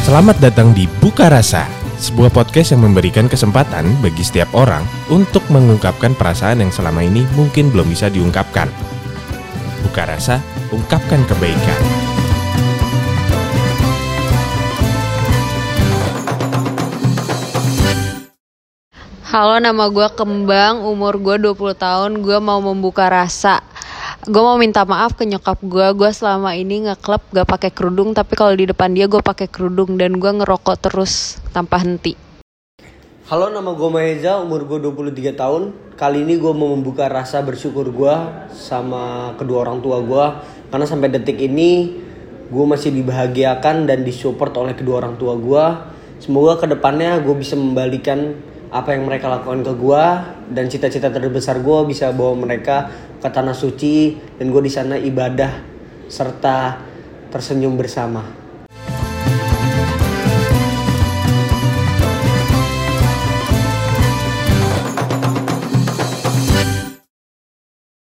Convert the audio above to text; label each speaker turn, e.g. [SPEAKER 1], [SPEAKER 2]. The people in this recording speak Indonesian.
[SPEAKER 1] Selamat datang di Buka Rasa, sebuah podcast yang memberikan kesempatan bagi setiap orang untuk mengungkapkan perasaan yang selama ini mungkin belum bisa diungkapkan. Buka Rasa, ungkapkan kebaikan.
[SPEAKER 2] Halo, nama gue Kembang, umur gue 20 tahun, gue mau membuka rasa. Gue mau minta maaf ke nyokap gue selama ini ngeklub gak pakai kerudung, tapi kalau di depan dia gue pakai kerudung dan gue ngerokok terus tanpa henti.
[SPEAKER 3] Halo, nama gue Maheza, umur gue 23 tahun. Kali ini gue mau membuka rasa bersyukur gue sama kedua orang tua gue, karena sampai detik ini gue masih dibahagiakan dan disupport oleh kedua orang tua gue. Semoga kedepannya gue bisa membalikan apa yang mereka lakukan ke gue, dan cita-cita terbesar gue bisa bawa mereka ke tanah suci dan gue di sana ibadah serta tersenyum bersama.